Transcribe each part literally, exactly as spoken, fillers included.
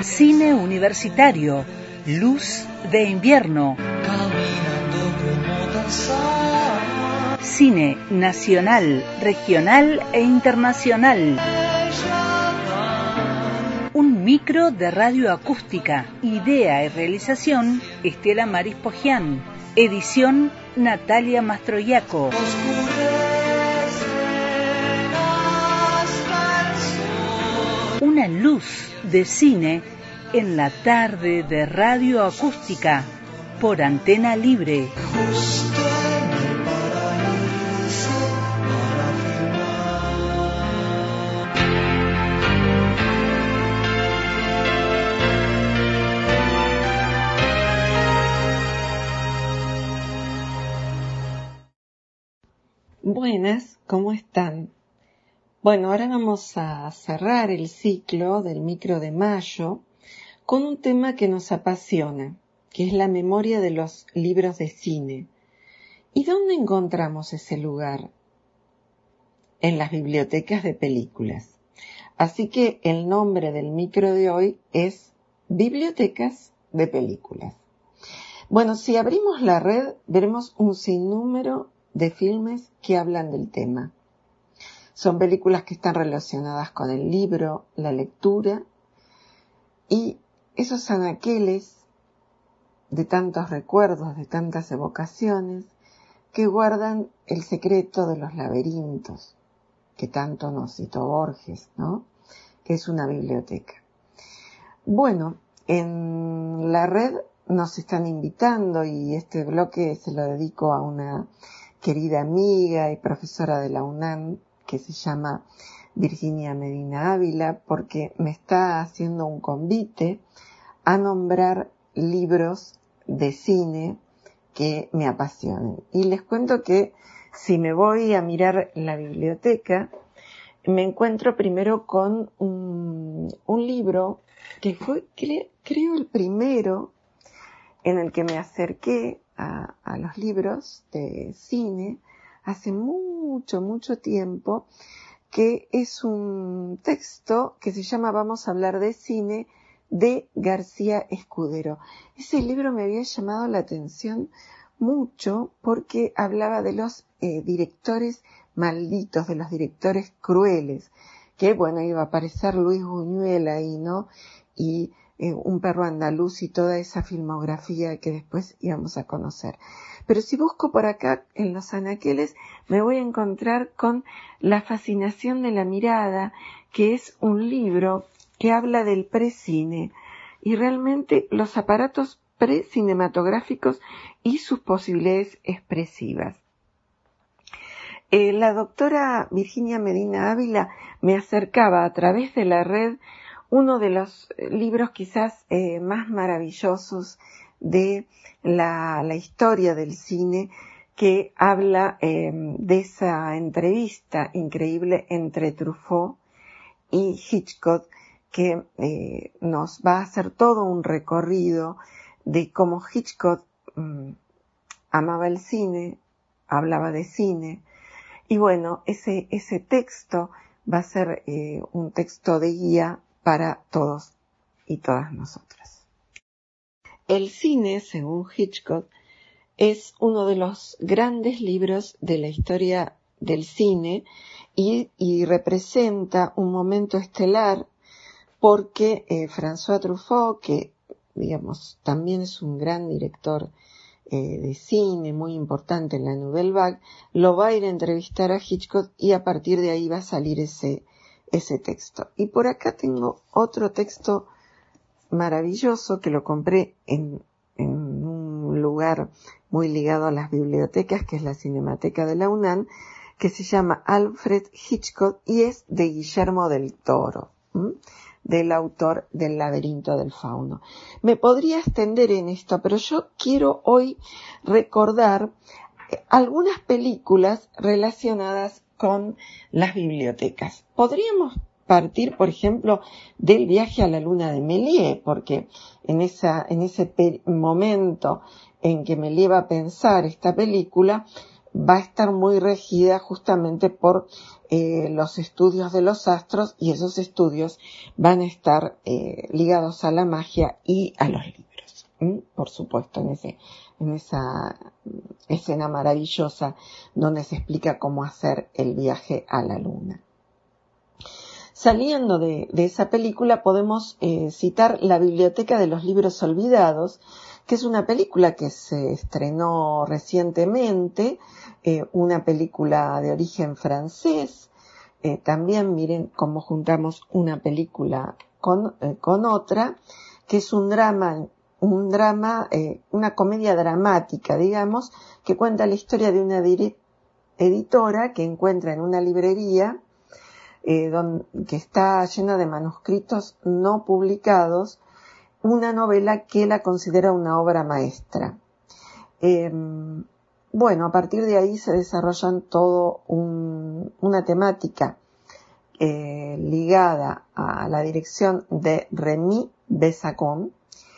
Cine universitario, Luz de invierno. Cine nacional, regional e internacional. Un micro de radio acústica. Idea y realización, Estela Maris Pogian. Edición, Natalia Mastroiaco. Una luz de cine en la tarde de radio acústica por Antena Libre. Buenas, ¿cómo están? Bueno, ahora vamos a cerrar el ciclo del micro de mayo con un tema que nos apasiona, que es la memoria de los libros de cine. ¿Y dónde encontramos ese lugar? En las bibliotecas de películas. Así que el nombre del micro de hoy es Bibliotecas de Películas. Bueno, si abrimos la red, veremos un sinnúmero de filmes que hablan del tema. Son películas que están relacionadas con el libro, la lectura y esos anaqueles de tantos recuerdos, de tantas evocaciones que guardan el secreto de los laberintos que tanto nos citó Borges, ¿no? Que es una biblioteca. Bueno, en la red nos están invitando y este bloque se lo dedico a una querida amiga y profesora de la UNAM que se llama Virginia Medina Ávila, porque me está haciendo un convite a nombrar libros de cine que me apasionen. Y les cuento que si me voy a mirar la biblioteca, me encuentro primero con un, un libro que fue, cre, creo, el primero en el que me acerqué a, a los libros de cine hace mucho, mucho tiempo, que es un texto que se llama Vamos a hablar de cine, de García Escudero. Ese libro me había llamado la atención mucho porque hablaba de los eh, directores malditos, de los directores crueles, que bueno, iba a aparecer Luis Buñuel ahí, ¿no? Y eh, Un perro andaluz y toda esa filmografía que después íbamos a conocer. Pero si busco por acá en los anaqueles, me voy a encontrar con La fascinación de la mirada, que es un libro que habla del precine y realmente los aparatos precinematográficos y sus posibilidades expresivas. Eh, la doctora Virginia Medina Ávila me acercaba a través de la red uno de los libros quizás eh, más maravillosos de la, la historia del cine, que habla eh, de esa entrevista increíble entre Truffaut y Hitchcock, que eh, nos va a hacer todo un recorrido de cómo Hitchcock mmm, amaba el cine, hablaba de cine, y bueno, ese, ese texto va a ser eh, un texto de guía para todos y todas nosotras. El cine, según Hitchcock, es uno de los grandes libros de la historia del cine y, y representa un momento estelar porque eh, François Truffaut, que digamos también es un gran director eh, de cine, muy importante en la Nouvelle Vague, lo va a ir a entrevistar a Hitchcock y a partir de ahí va a salir ese, ese texto. Y por acá tengo otro texto maravilloso que lo compré en, en un lugar muy ligado a las bibliotecas, que es la Cinemateca de la UNAM, que se llama Alfred Hitchcock y es de Guillermo del Toro, ¿m? del autor del Laberinto del Fauno. Me podría extender en esto, pero yo quiero hoy recordar algunas películas relacionadas con las bibliotecas. Podríamos partir, por ejemplo, del Viaje a la Luna de Méliès, porque en esa, en ese pe- momento en que Méliès va a pensar esta película, va a estar muy regida justamente por eh, los estudios de los astros, y esos estudios van a estar eh, ligados a la magia y a los libros. ¿Mm? Por supuesto, en ese, en esa escena maravillosa donde se explica cómo hacer el viaje a la luna. Saliendo de, de esa película podemos eh, citar La Biblioteca de los Libros Olvidados, que es una película que se estrenó recientemente, eh, una película de origen francés. Eh, también miren cómo juntamos una película con, eh, con otra, que es un drama, un drama, eh, una comedia dramática, digamos, que cuenta la historia de una dir- editora que encuentra en una librería Eh, don, que está llena de manuscritos no publicados, una novela que la considera una obra maestra. Eh, bueno, a partir de ahí se desarrollan todo un, una temática eh, ligada a la dirección de Rémy Besançon,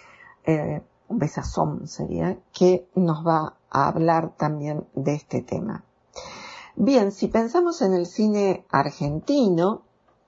eh, Besançon sería, que nos va a hablar también de este tema. Bien, si pensamos en el cine argentino,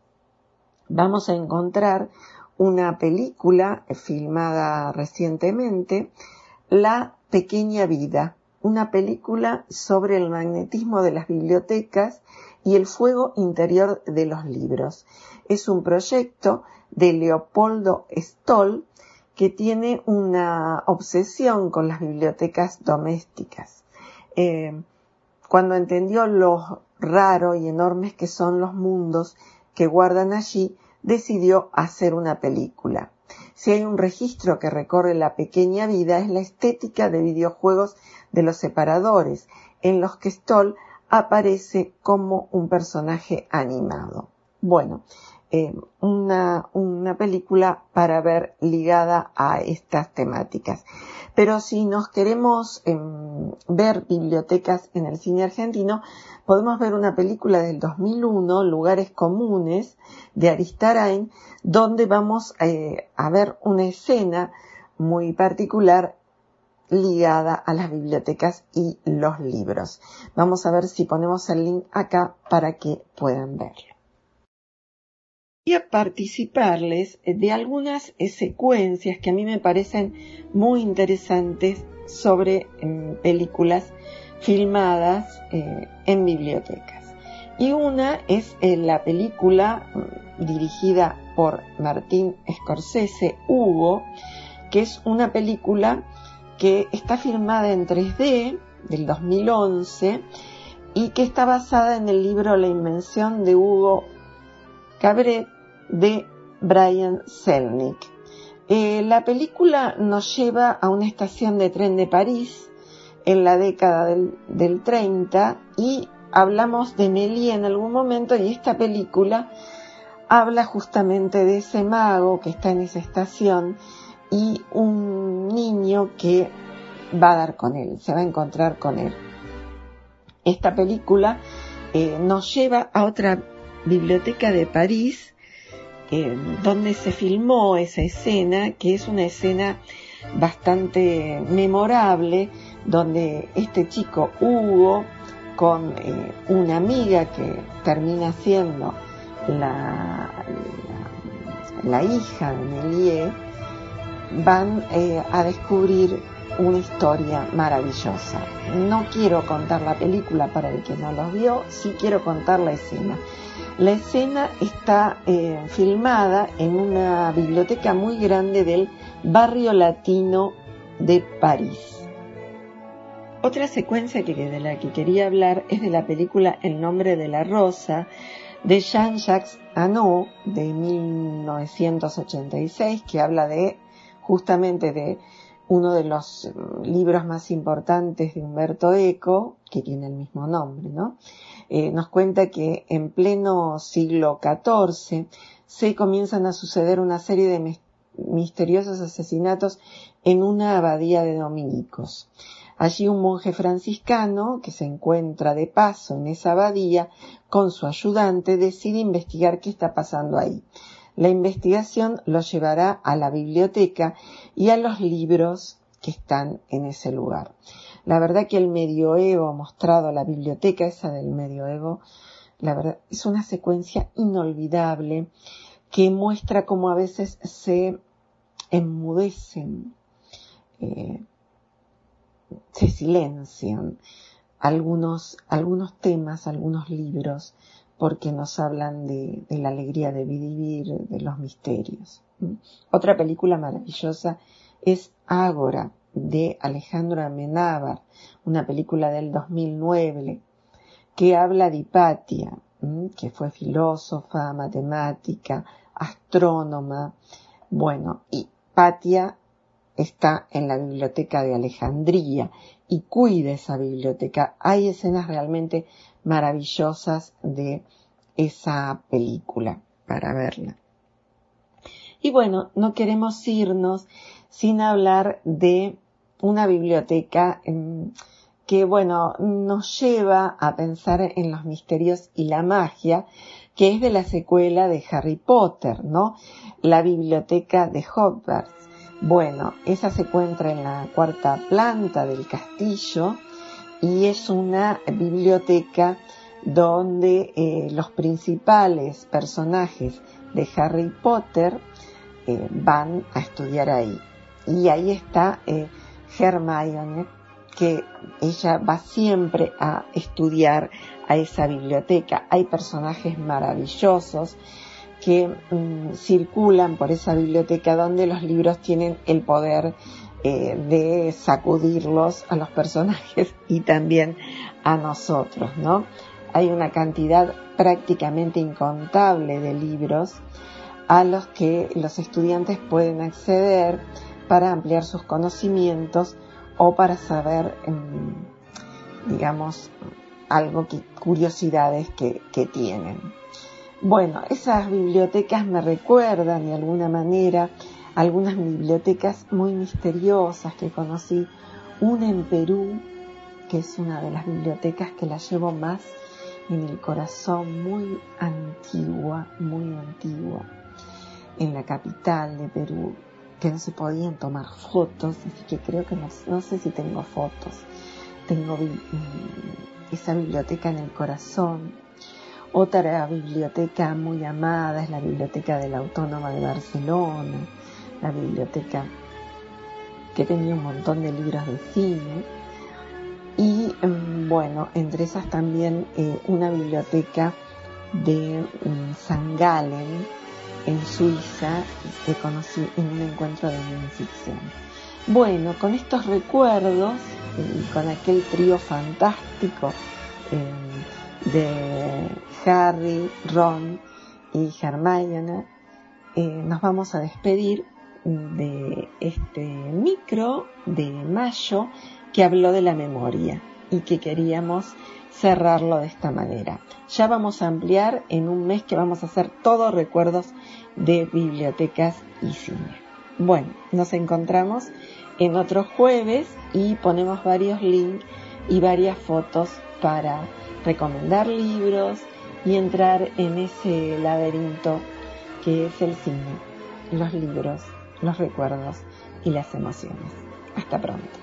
vamos a encontrar una película filmada recientemente, La Pequeña Vida, una película sobre el magnetismo de las bibliotecas y el fuego interior de los libros. Es un proyecto de Leopoldo Stoll, que tiene una obsesión con las bibliotecas domésticas. Eh, Cuando entendió lo raro y enormes que son los mundos que guardan allí, decidió hacer una película. Si hay un registro que recorre La Pequeña Vida, es la estética de videojuegos de los separadores, en los que Stoll aparece como un personaje animado. Bueno, eh, una, una película para ver ligada a estas temáticas. Pero si nos queremos eh, ver bibliotecas en el cine argentino, podemos ver una película del dos mil uno, Lugares Comunes, de Aristarain, donde vamos eh, a ver una escena muy particular ligada a las bibliotecas y los libros. Vamos a ver si ponemos el link acá para que puedan verlo. Voy a participarles de algunas secuencias que a mí me parecen muy interesantes sobre eh, películas filmadas eh, en bibliotecas. Y una es eh, la película eh, dirigida por Martin Scorsese, Hugo, que es una película que está filmada en tres D del dos mil once y que está basada en el libro La Invención de Hugo Cabret de Brian Selnick. Eh, la película nos lleva a una estación de tren de París en la década del, del treinta, y hablamos de Méliès en algún momento, y esta película habla justamente de ese mago que está en esa estación y un niño que va a dar con él, se va a encontrar con él. Esta película eh, nos lleva a otra biblioteca de París, eh, donde se filmó esa escena, que es una escena bastante memorable, donde este chico Hugo, con eh, una amiga que termina siendo la, la, la hija de Méliès, van eh, a descubrir una historia maravillosa. No quiero contar la película para el que no lo vio, sí quiero contar la escena. La escena está eh, filmada en una biblioteca muy grande del barrio latino de París. Otra secuencia que, de la que quería hablar es de la película El nombre de la rosa, de Jean-Jacques Annaud, de mil novecientos ochenta y seis, que habla de justamente de uno de los libros más importantes de Umberto Eco, que tiene el mismo nombre, ¿no? Eh, nos cuenta que en pleno siglo catorce se comienzan a suceder una serie de mis- misteriosos asesinatos en una abadía de dominicos. Allí un monje franciscano, que se encuentra de paso en esa abadía con su ayudante, decide investigar qué está pasando ahí. La investigación lo llevará a la biblioteca y a los libros que están en ese lugar. La verdad que el medioevo mostrado, la biblioteca esa del medioevo, la verdad es una secuencia inolvidable que muestra cómo a veces se enmudecen, eh, se silencian algunos, algunos temas, algunos libros, porque nos hablan de, de la alegría de vivir, de los misterios. ¿Mm? Otra película maravillosa es Ágora, de Alejandro Amenábar, una película del dos mil nueve, que habla de Hipatia, ¿m? que fue filósofa, matemática, astrónoma. Bueno, Hipatia está en la biblioteca de Alejandría y cuida esa biblioteca. Hay escenas realmente maravillosas de esa película para verla. Y bueno, no queremos irnos sin hablar de una biblioteca eh, que, bueno, nos lleva a pensar en los misterios y la magia, que es de la secuela de Harry Potter, ¿no? La biblioteca de Hogwarts. Bueno, esa se encuentra en la cuarta planta del castillo y es una biblioteca donde eh, los principales personajes de Harry Potter eh, van a estudiar ahí. Y ahí está eh, Hermione, que ella va siempre a estudiar a esa biblioteca. Hay personajes maravillosos que mmm, circulan por esa biblioteca donde los libros tienen el poder eh, de sacudirlos a los personajes y también a nosotros, ¿no? Hay una cantidad prácticamente incontable de libros a los que los estudiantes pueden acceder para ampliar sus conocimientos o para saber, mmm, digamos, algo que, curiosidades que, que tienen. Bueno, esas bibliotecas me recuerdan de alguna manera algunas bibliotecas muy misteriosas que conocí. Una en Perú, que es una de las bibliotecas que la llevo más en el corazón, muy antigua, muy antigua, en la capital de Perú, que no se podían tomar fotos, así que creo que no, no sé si tengo fotos. Tengo esa biblioteca en el corazón. Otra biblioteca muy amada es la Biblioteca de la Autónoma de Barcelona, la biblioteca que tenía un montón de libros de cine. Y bueno, entre esas también eh, una biblioteca de um, San Galen, en Suiza, que conocí en un encuentro de minificción. Bueno, con estos recuerdos y eh, con aquel trío fantástico eh, de Harry, Ron y Hermione, eh, nos vamos a despedir de este micro de mayo que habló de la memoria y que queríamos cerrarlo de esta manera. Ya vamos a ampliar en un mes que vamos a hacer todos recuerdos de bibliotecas y cine. Bueno, nos encontramos en otro jueves y ponemos varios links y varias fotos para recomendar libros y entrar en ese laberinto que es el cine, los libros, los recuerdos y las emociones. Hasta pronto.